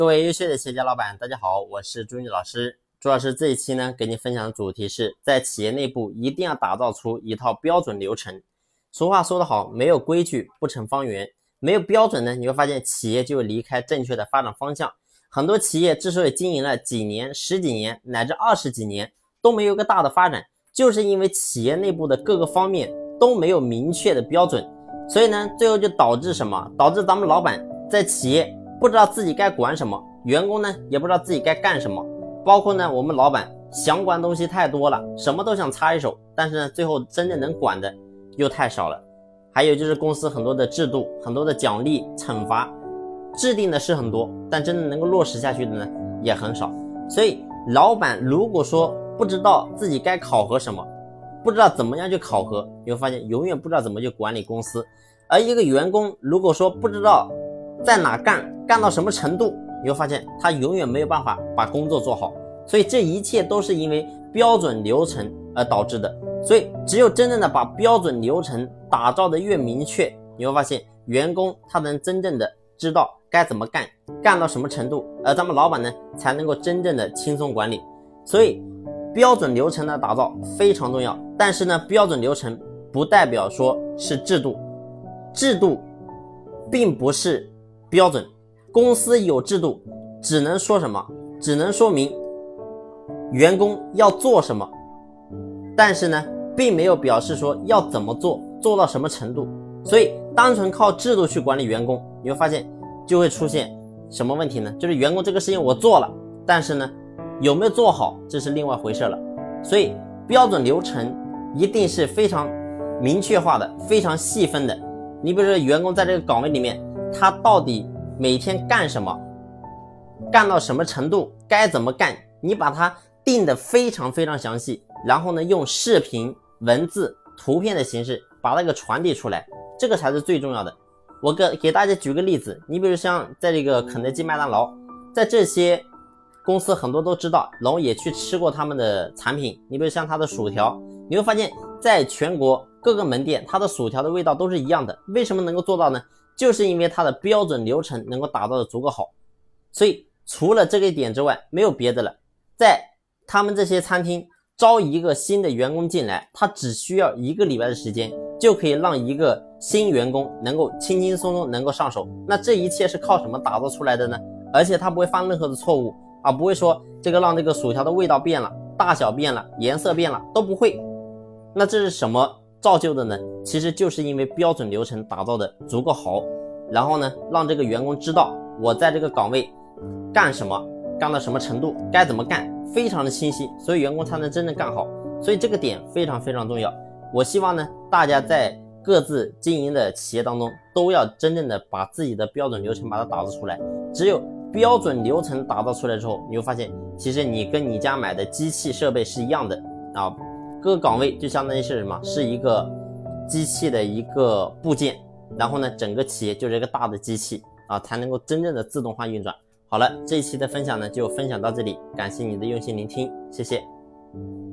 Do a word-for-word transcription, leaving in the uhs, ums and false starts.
各位优秀的企业家老板，大家好，我是朱玉老师。朱老师这一期呢，给你分享的主题是在企业内部一定要打造出一套标准流程。俗话说得好，没有规矩不成方圆，没有标准呢，你会发现企业就离开正确的发展方向。很多企业之所以经营了几年、十几年乃至二十几年都没有个大的发展，就是因为企业内部的各个方面都没有明确的标准。所以呢，最后就导致什么？导致咱们老板在企业不知道自己该管什么，员工呢也不知道自己该干什么。包括呢，我们老板想管东西太多了，什么都想插一手，但是呢，最后真正能管的又太少了。还有就是公司很多的制度、很多的奖励、惩罚，制定的是很多，但真正能够落实下去的呢也很少。所以老板如果说不知道自己该考核什么，不知道怎么样去考核，你会发现永远不知道怎么去管理公司。而一个员工如果说不知道在哪干，干到什么程度，你会发现他永远没有办法把工作做好。所以这一切都是因为标准流程而导致的。所以只有真正的把标准流程打造的越明确，你会发现员工他能真正的知道该怎么干，干到什么程度，而咱们老板呢才能够真正的轻松管理。所以标准流程的打造非常重要。但是呢，标准流程不代表说是制度，制度并不是标准。公司有制度只能说什么？只能说明员工要做什么，但是呢并没有表示说要怎么做，做到什么程度。所以单纯靠制度去管理员工，你会发现就会出现什么问题呢？就是员工这个事情我做了，但是呢有没有做好，这是另外回事了。所以标准流程一定是非常明确化的，非常细分的。你比如说员工在这个岗位里面，他到底每天干什么，干到什么程度，该怎么干，你把它定得非常非常详细，然后呢用视频、文字、图片的形式把那个传递出来，这个才是最重要的。我给给大家举个例子，你比如像在这个肯德基、麦当劳，在这些公司很多都知道，然后也去吃过他们的产品。你比如像它的薯条，你会发现在全国各个门店它的薯条的味道都是一样的。为什么能够做到呢？就是因为它的标准流程能够打造的足够好。所以除了这个一点之外没有别的了。在他们这些餐厅招一个新的员工进来，他只需要一个礼拜的时间就可以让一个新员工能够轻轻松松能够上手。那这一切是靠什么打造出来的呢？而且他不会犯任何的错误啊，不会说这个让这个薯条的味道变了，大小变了，颜色变了，都不会。那这是什么造就的呢？其实就是因为标准流程打造的足够好，然后呢让这个员工知道我在这个岗位干什么，干到什么程度，该怎么干，非常的清晰，所以员工才能真正干好。所以这个点非常非常重要。我希望呢大家在各自经营的企业当中都要真正的把自己的标准流程把它打造出来。只有标准流程打造出来之后，你会发现其实你跟你家买的机器设备是一样的啊，各个岗位就相当于是什么？是一个机器的一个部件，然后呢整个企业就是一个大的机器啊，才能够真正的自动化运转。好了，这一期的分享呢就分享到这里，感谢你的用心聆听，谢谢。